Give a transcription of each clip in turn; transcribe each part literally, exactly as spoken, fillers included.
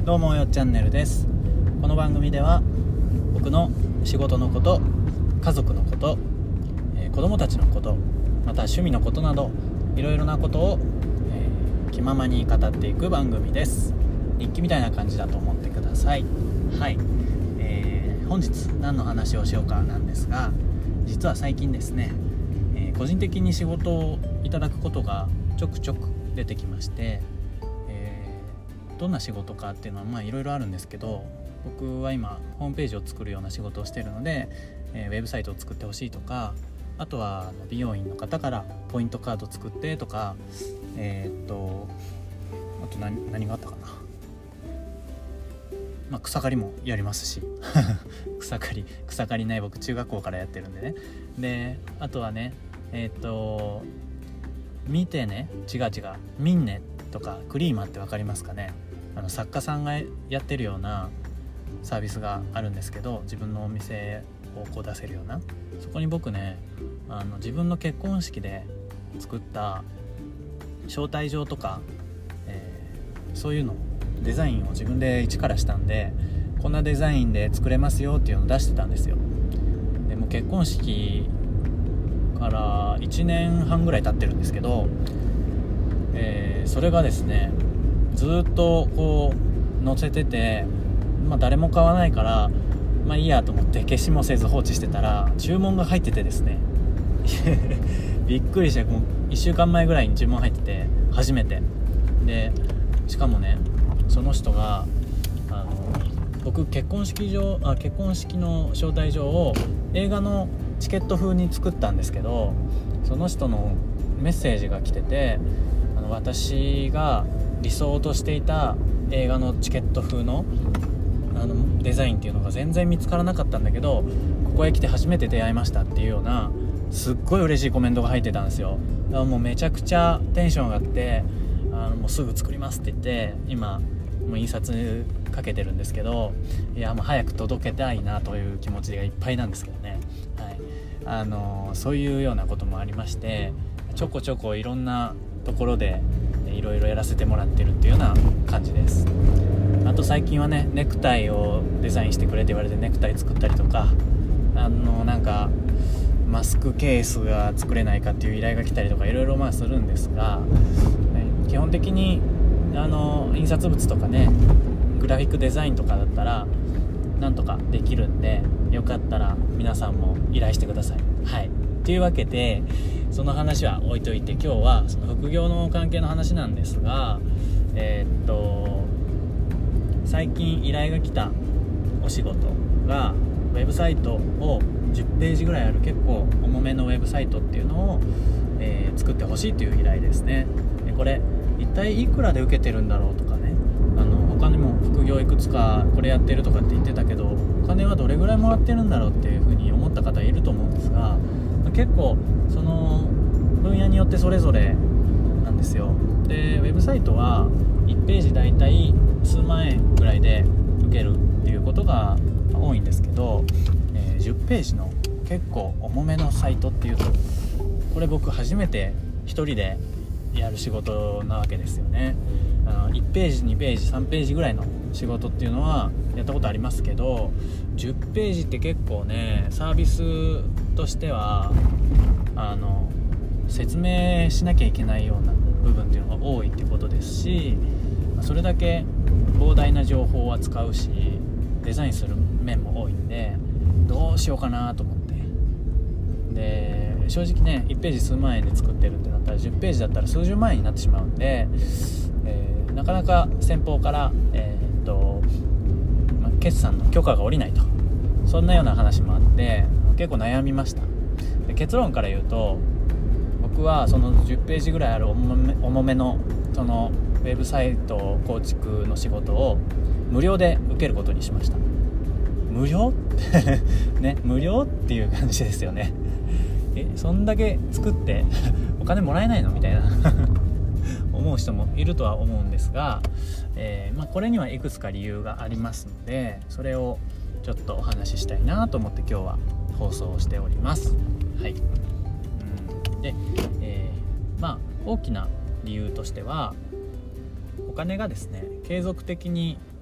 どうもよっチャンネルです。この番組では僕の仕事のこと、家族のこと、えー、子供たちのこと、また趣味のことなどいろいろなことを、えー、気ままに語っていく番組です。日記みたいな感じだと思ってください。はい、えー、本日何の話をしようかなんですが、実は最近ですね、えー、個人的に仕事をいただくことがちょくちょく出てきまして、えー、どんな仕事かっていうのはまあいろいろあるんですけど、僕は今ホームページを作るような仕事をしているので、えー、ウェブサイトを作ってほしいとか、あとは美容院の方からポイントカード作ってとか、えー、っとあと 何, 何があったかな、まあ、草刈りもやりますし草刈り草刈りね、僕中学校からやってるんでね。であとはね、えー、っと見てね違う違うミンネとかクリーマって分かりますかね。あの作家さんがやってるようなサービスがあるんですけど、自分のお店をこう出せるような、そこに僕ね、あの自分の結婚式で作った招待状とか、えー、そういうのデザインを自分で一からしたんで、こんなデザインで作れますよっていうのを出してたんですよ。でも結婚式からいちねんはんぐらい経ってるんですけど、えー、それがですねずっとこう載せてて、まあ、誰も買わないからまあいいやと思って消しもせず放置してたら注文が入っててですねびっくりして、もういっしゅうかんまえぐらいに注文入ってて、初めてで、しかもねその人があの僕結婚式場あ結婚式の招待状を映画のチケット風に作ったんですけど、その人のメッセージが来てて、あの私が理想としていた映画のチケット風のあのデザインっていうのが全然見つからなかったんだけど、ここへ来て初めて出会いましたっていうようなすっごい嬉しいコメントが入ってたんですよ。だからもうめちゃくちゃテンション上がって、あのもうすぐ作りますって言って今もう印刷かけてるんですけど、いやもう早く届けたいなという気持ちがいっぱいなんですけどね。はい、あのそういうようなこともありまして、ちょこちょこいろんなところでいろいろやらせてもらってるっていうような感じです。あと最近はねネクタイをデザインしてくれって言われてネクタイ作ったりとか、あのなんかマスクケースが作れないかっていう依頼が来たりとかいろいろまあするんですが、ね、基本的にあの印刷物とかねグラフィックデザインとかだったらなんとかできるんで、よかったら皆さんも依頼してください。はい、というわけでその話は置いといて、今日はその副業の関係の話なんですが、えー、っと最近依頼が来たお仕事がウェブサイトをじゅっページぐらいある結構重めのウェブサイトっていうのを、えー、作ってほしいという依頼ですね。でこれ一体いくらで受けてるんだろうとかね、あの他にも副業いくつかこれやってるとかって言ってたけど、お金はどれぐらいもらってるんだろうっていうふうに思った方いると思うんですが、結構その分野によってそれぞれなんですよ。でウェブサイトはいちページだいたい数万円ぐらいで受けるっていうことが多いんですけど、えー、じゅっページの結構重めのサイトっていうと、これ僕初めて一人でやる仕事なわけですよね。あのいちページにページさんページぐらいの仕事っていうのはやったことありますけど、じゅっページって結構ねサービスとしてはあの説明しなきゃいけないような部分っていうのが多いってことですし、それだけ膨大な情報を扱うしデザインする面も多いんで、どうしようかなと思って、で正直ねいちページ数万円で作ってるってなったらじゅっページだったら数十万円になってしまうんで、えー、なかなか先方から、えーっとまあ、決算の許可が下りないと、そんなような話もあって結構悩みました。で結論から言うと、僕はそのじゅっページぐらいある重め、重めのそのウェブサイト構築の仕事を無料で受けることにしました。無料ね、無料っていう感じですよね。え、そんだけ作ってお金もらえないのみたいな思う人もいるとは思うんですが、えーまあ、これにはいくつか理由がありますので、それをちょっとお話ししたいなと思って今日は放送をしております。はい。うんで、えー、まあ大きな理由としては、お金がですね継続的に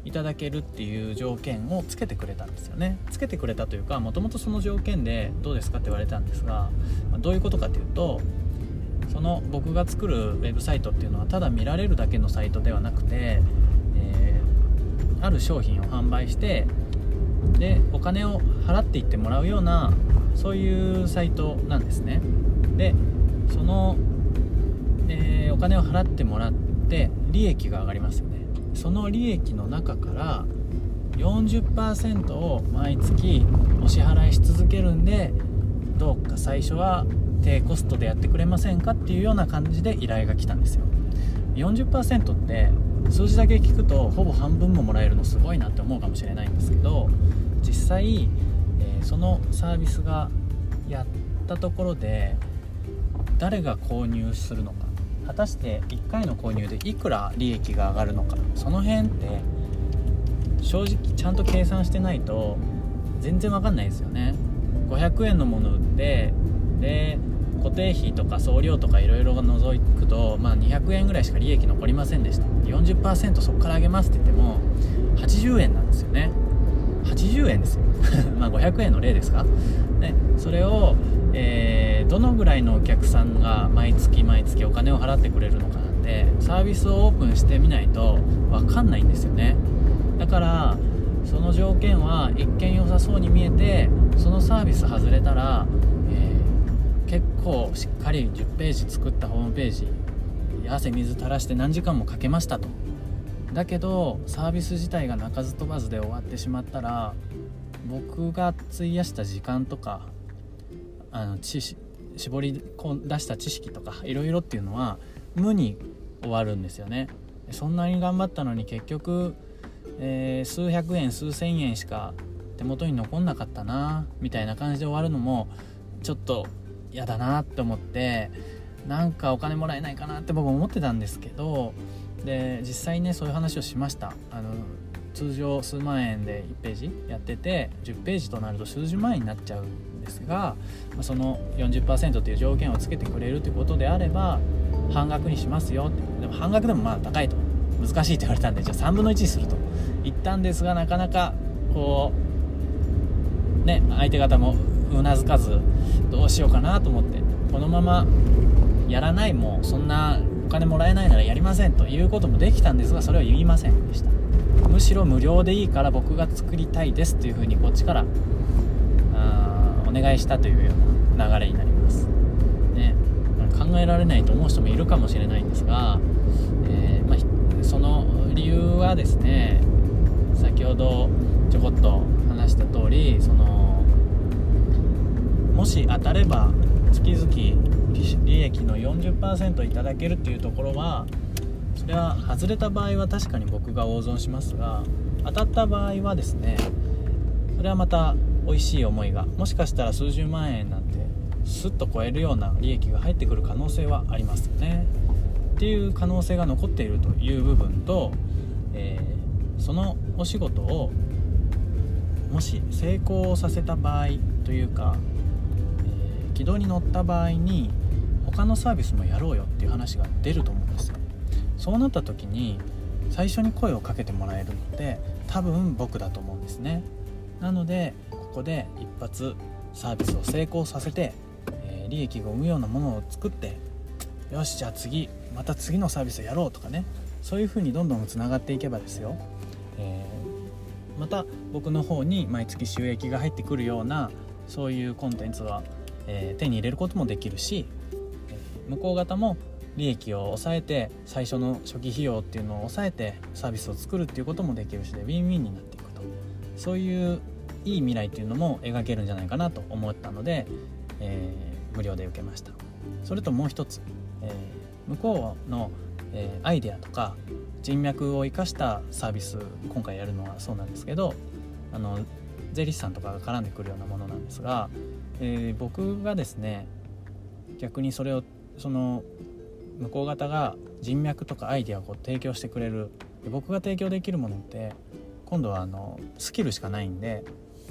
いただけるっていう条件をつけてくれたんですよね。つけてくれたというか、もともとその条件でどうですかって言われたんですが、どういうことかというと、その僕が作るウェブサイトっていうのはただ見られるだけのサイトではなくて、えー、ある商品を販売してでお金を払っていってもらうような、そういうサイトなんですね。でその、えー、お金を払ってもらって利益が上がりますよね。その利益の中から よんじゅっパーセント を毎月お支払いし続けるんで、どうか最初は低コストでやってくれませんかっていうような感じで依頼が来たんですよ。 よんじゅっパーセント って数字だけ聞くとほぼ半分ももらえるのすごいなって思うかもしれないんですけど、実際、えー、そのサービスがやったところで誰が購入するのか、果たしていっかいの購入でいくら利益が上がるのか、その辺って正直ちゃんと計算してないと全然わかんないですよね。ごひゃくえんのもの売ってで固定費とか送料とかいろいろ除くと、まあ、にひゃくえんぐらいしか利益残りませんでした。 よんじゅっパーセント そこから上げますって言ってもはちじゅうえんなんですよね。はちじゅうえんですよまあごひゃくえんの例ですか、ね、それを、えー、どのぐらいのお客さんが毎月毎月お金を払ってくれるのかなんてサービスをオープンしてみないと分かんないんですよね。だからその条件は一見良さそうに見えて、そのサービス外れたら、えー、結構しっかりじゅっページ作ったホームページ汗水垂らして何時間もかけましたと。だけどサービス自体が鳴かず飛ばずで終わってしまったら、僕が費やした時間とかあの知識絞り出した知識とかいろいろっていうのは無に終わるんですよね。そんなに頑張ったのに結局、えー、数百円数千円しか手元に残んなかったなみたいな感じで終わるのもちょっと嫌だなって思って、なんかお金もらえないかなって僕思ってたんですけど、で実際ねそういう話をしました。あの通常数万円でいちページやっててじゅっページとなると数十万円になっちゃうんですが、その よんじゅっパーセント という条件をつけてくれるということであれば半額にしますよって。でも半額でもまあ高いと難しいって言われたんで、じゃあさんぶんのいちにすると言ったんですが、なかなかこうね相手方もうなずかず、どうしようかなと思って、このままやらない、もうそんなお金もらえないならやりませんということもできたんですが、それは言いませんでした。むしろ無料でいいから僕が作りたいですというふうにこっちからあお願いしたというような流れになります、ね、考えられないと思う人もいるかもしれないんですが、えーまあ、その理由はですね、先ほどちょこっと話した通り、そのもし当たれば月々利益の よんじゅっパーセント いただけるっていうところは、それは外れた場合は確かに僕が大損しますが、当たった場合はですね、それはまた美味しい思いが、もしかしたら数十万円なんてスッと超えるような利益が入ってくる可能性はありますよねっていう可能性が残っているという部分と、えー、そのお仕事をもし成功させた場合というか、えー、軌道に乗った場合に他のサービスもやろうよっていう話が出ると思うんですよ。そうなった時に最初に声をかけてもらえるのって多分僕だと思うんですね。なのでここで一発サービスを成功させて、えー、利益が生むようなものを作って、よしじゃあ次また次のサービスをやろうとかね、そういう風にどんどんつながっていけばですよ、えー、また僕の方に毎月収益が入ってくるようなそういうコンテンツは、えー、手に入れることもできるし、えー、向こう方も利益を抑えて最初の初期費用っていうのを抑えてサービスを作るっていうこともできるしで、ウィンウィンになっていくと、そういういい未来っていうのも描けるんじゃないかなと思ったので、えー、無料で受けました。それともう一つ、えー、向こうの、えー、アイデアとか人脈を生かしたサービス、今回やるのはそうなんですけど、あの税理士さんとかが絡んでくるようなものなんですが、えー、僕がですね逆にそれをその向こう方が人脈とかアイデアをこう提供してくれる。僕が提供できるものって今度はあのスキルしかないんで、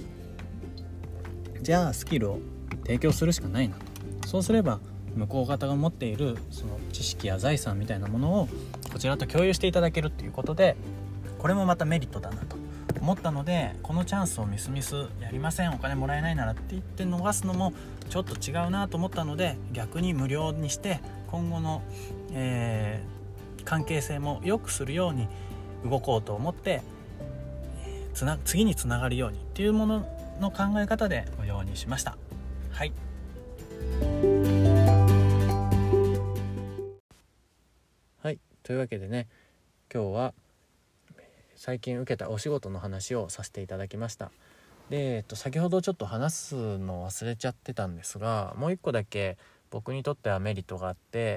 じゃあスキルを提供するしかないなと。そうすれば向こう方が持っているその知識や財産みたいなものをこちらと共有していただけるということで、 これもまたメリットだなと思ったので、このチャンスをミスミスやりません、お金もらえないならって言って逃すのもちょっと違うなと思ったので、逆に無料にして今後の、えー、関係性も良くするように動こうと思って、えー、つな次につながるようにっていうものの考え方で無料にしました。はい。はい、というわけでね、今日は最近受けたお仕事の話をさせていただきました。で、えっと、先ほどちょっと話すの忘れちゃってたんですが、もう一個だけ僕にとってはメリットがあって、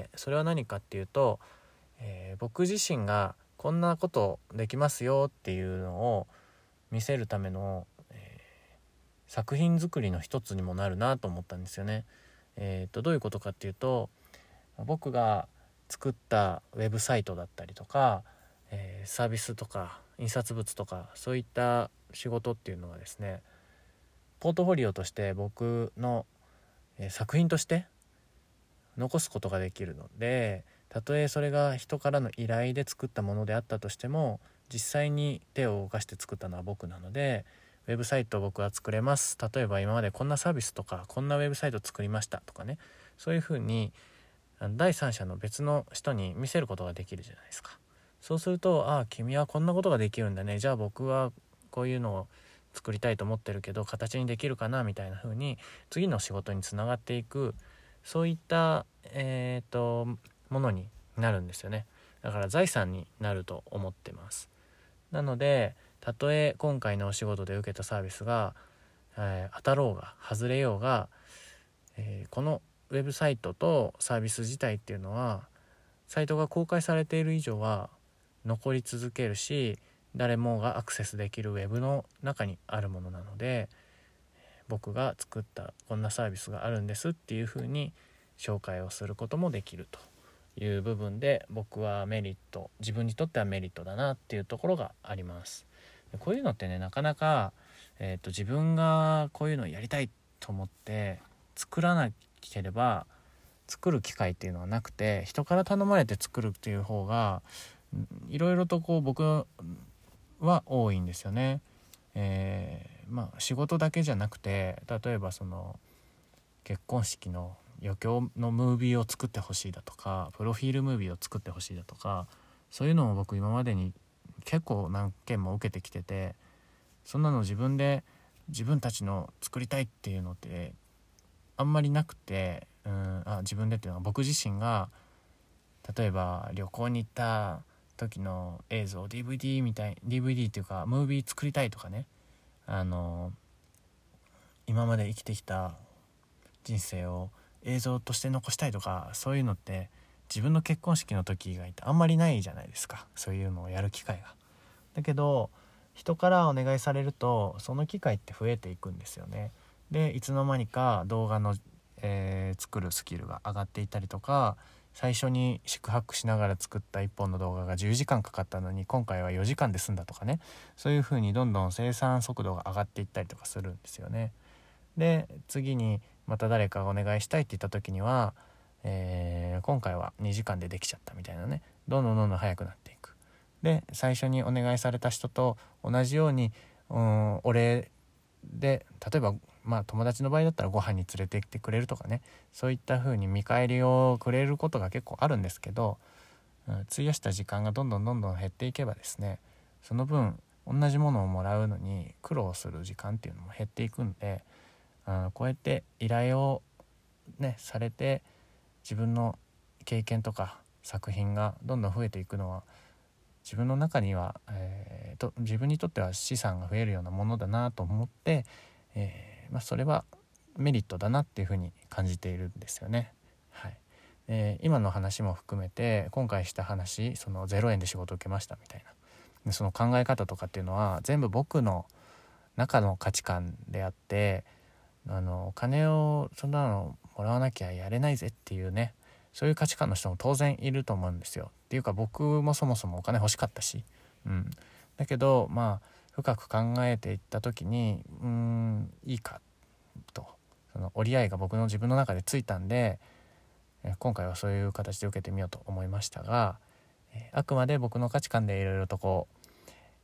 それは何かっていうと、えー、僕自身がこんなことできますよっていうのを見せるための、えー、作品作りの一つにもなるなと思ったんですよね。えー、とどういうことかっていうと、僕が作ったウェブサイトだったりとか、えー、サービスとか印刷物とかそういった仕事っていうのはですね、ポートフォリオとして僕の、えー、作品として残すことができるので、たとえそれが人からの依頼で作ったものであったとしても、実際に手を動かして作ったのは僕なので、ウェブサイトを僕は作れます、例えば今までこんなサービスとかこんなウェブサイト作りましたとかね、そういうふうに第三者の別の人に見せることができるじゃないですか。そうすると、ああ君はこんなことができるんだね、じゃあ僕はこういうのを作りたいと思ってるけど形にできるかなみたいな風に次の仕事につながっていく、そういった、えー、とものになるんですよね。だから財産になると思ってます。なので、たとえ今回のお仕事で受けたサービスが、えー、当たろうが外れようが、えー、このウェブサイトとサービス自体っていうのは、サイトが公開されている以上は残り続けるし、誰もがアクセスできるウェブの中にあるものなので、僕が作ったこんなサービスがあるんですっていう風に紹介をすることもできるという部分で、僕はメリット、自分にとってはメリットだなっていうところがあります。こういうのってね、なかなか、えーと、自分がこういうのをやりたいと思って作らなければ作る機会っていうのはなくて、人から頼まれて作るっていう方がいろいろとこう僕は多いんですよね。えー、まあ仕事だけじゃなくて、例えばその結婚式の余興のムービーを作ってほしいだとか、プロフィールムービーを作ってほしいだとか、そういうのを僕今までに結構何件も受けてきてて、そんなの自分で自分たちの作りたいっていうのってあんまりなくて、うんあ自分でっていうのは僕自身が例えば旅行に行った時の映像 ディーブイディー みたい ディーブイディー っていうかムービー作りたいとかね、あの今まで生きてきた人生を映像として残したいとか、そういうのって自分の結婚式の時以外ってあんまりないじゃないですか、そういうのをやる機会が。だけど人からお願いされるとその機会って増えていくんですよね。でいつの間にか動画の、えー、作るスキルが上がっていたりとか、最初に宿泊しながら作ったいっぽんの動画がじゅうじかんかかったのに今回はよじかんで済んだとかね、そういう風にどんどん生産速度が上がっていったりとかするんですよね。で次にまた誰かがお願いしたいって言った時には、えー、今回はにじかんでできちゃったみたいなね、どんどんどんどん速くなっていく。で最初にお願いされた人と同じように、うん、お礼で例えばまあ友達の場合だったらご飯に連れて行ってくれるとかね、そういった風に見返りをくれることが結構あるんですけど、うん、費やした時間がどんどんどんどん減っていけばですね、その分同じものをもらうのに苦労する時間っていうのも減っていくんで、うん、こうやって依頼をねされて自分の経験とか作品がどんどん増えていくのは、自分の中には、えー、と自分にとっては資産が増えるようなものだなと思って、えーまあ、それはメリットだなっていうふうに感じているんですよね。はい。えー、今の話も含めて今回した話、そのゼロえんで仕事を受けましたみたいな、その考え方とかっていうのは全部僕の中の価値観であって、あのお金をそんなのもらわなきゃやれないぜっていうね、そういう価値観の人も当然いると思うんですよ。っていうか僕もそもそもお金欲しかったし、うん、だけどまあ深く考えていった時に、うーんいいかと、その折り合いが僕の自分の中でついたんで、え今回はそういう形で受けてみようと思いましたが、えあくまで僕の価値観でいろいろとこう、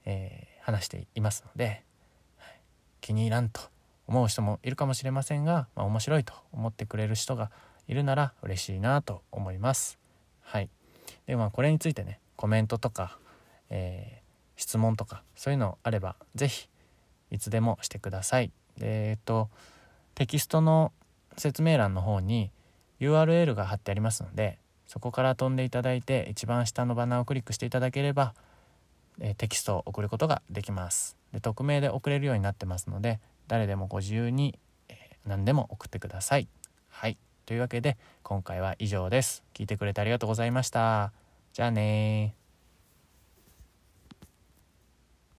えー、話していますので、はい、気に入らんと思う人もいるかもしれませんが、まあ、面白いと思ってくれる人がいるなら嬉しいなと思います。はい。でまあこれについてねコメントとか、えー、質問とかそういうのあればぜひいつでもしてください。でえっとテキストの説明欄の方に ユーアールエル が貼ってありますので、そこから飛んでいただいて一番下のバナーをクリックしていただければ、えー、テキストを送ることができます。で匿名で送れるようになってますので、誰でもご自由に、えー、何でも送ってください。はい、というわけで今回は以上です。聞いてくれてありがとうございました。じゃあね。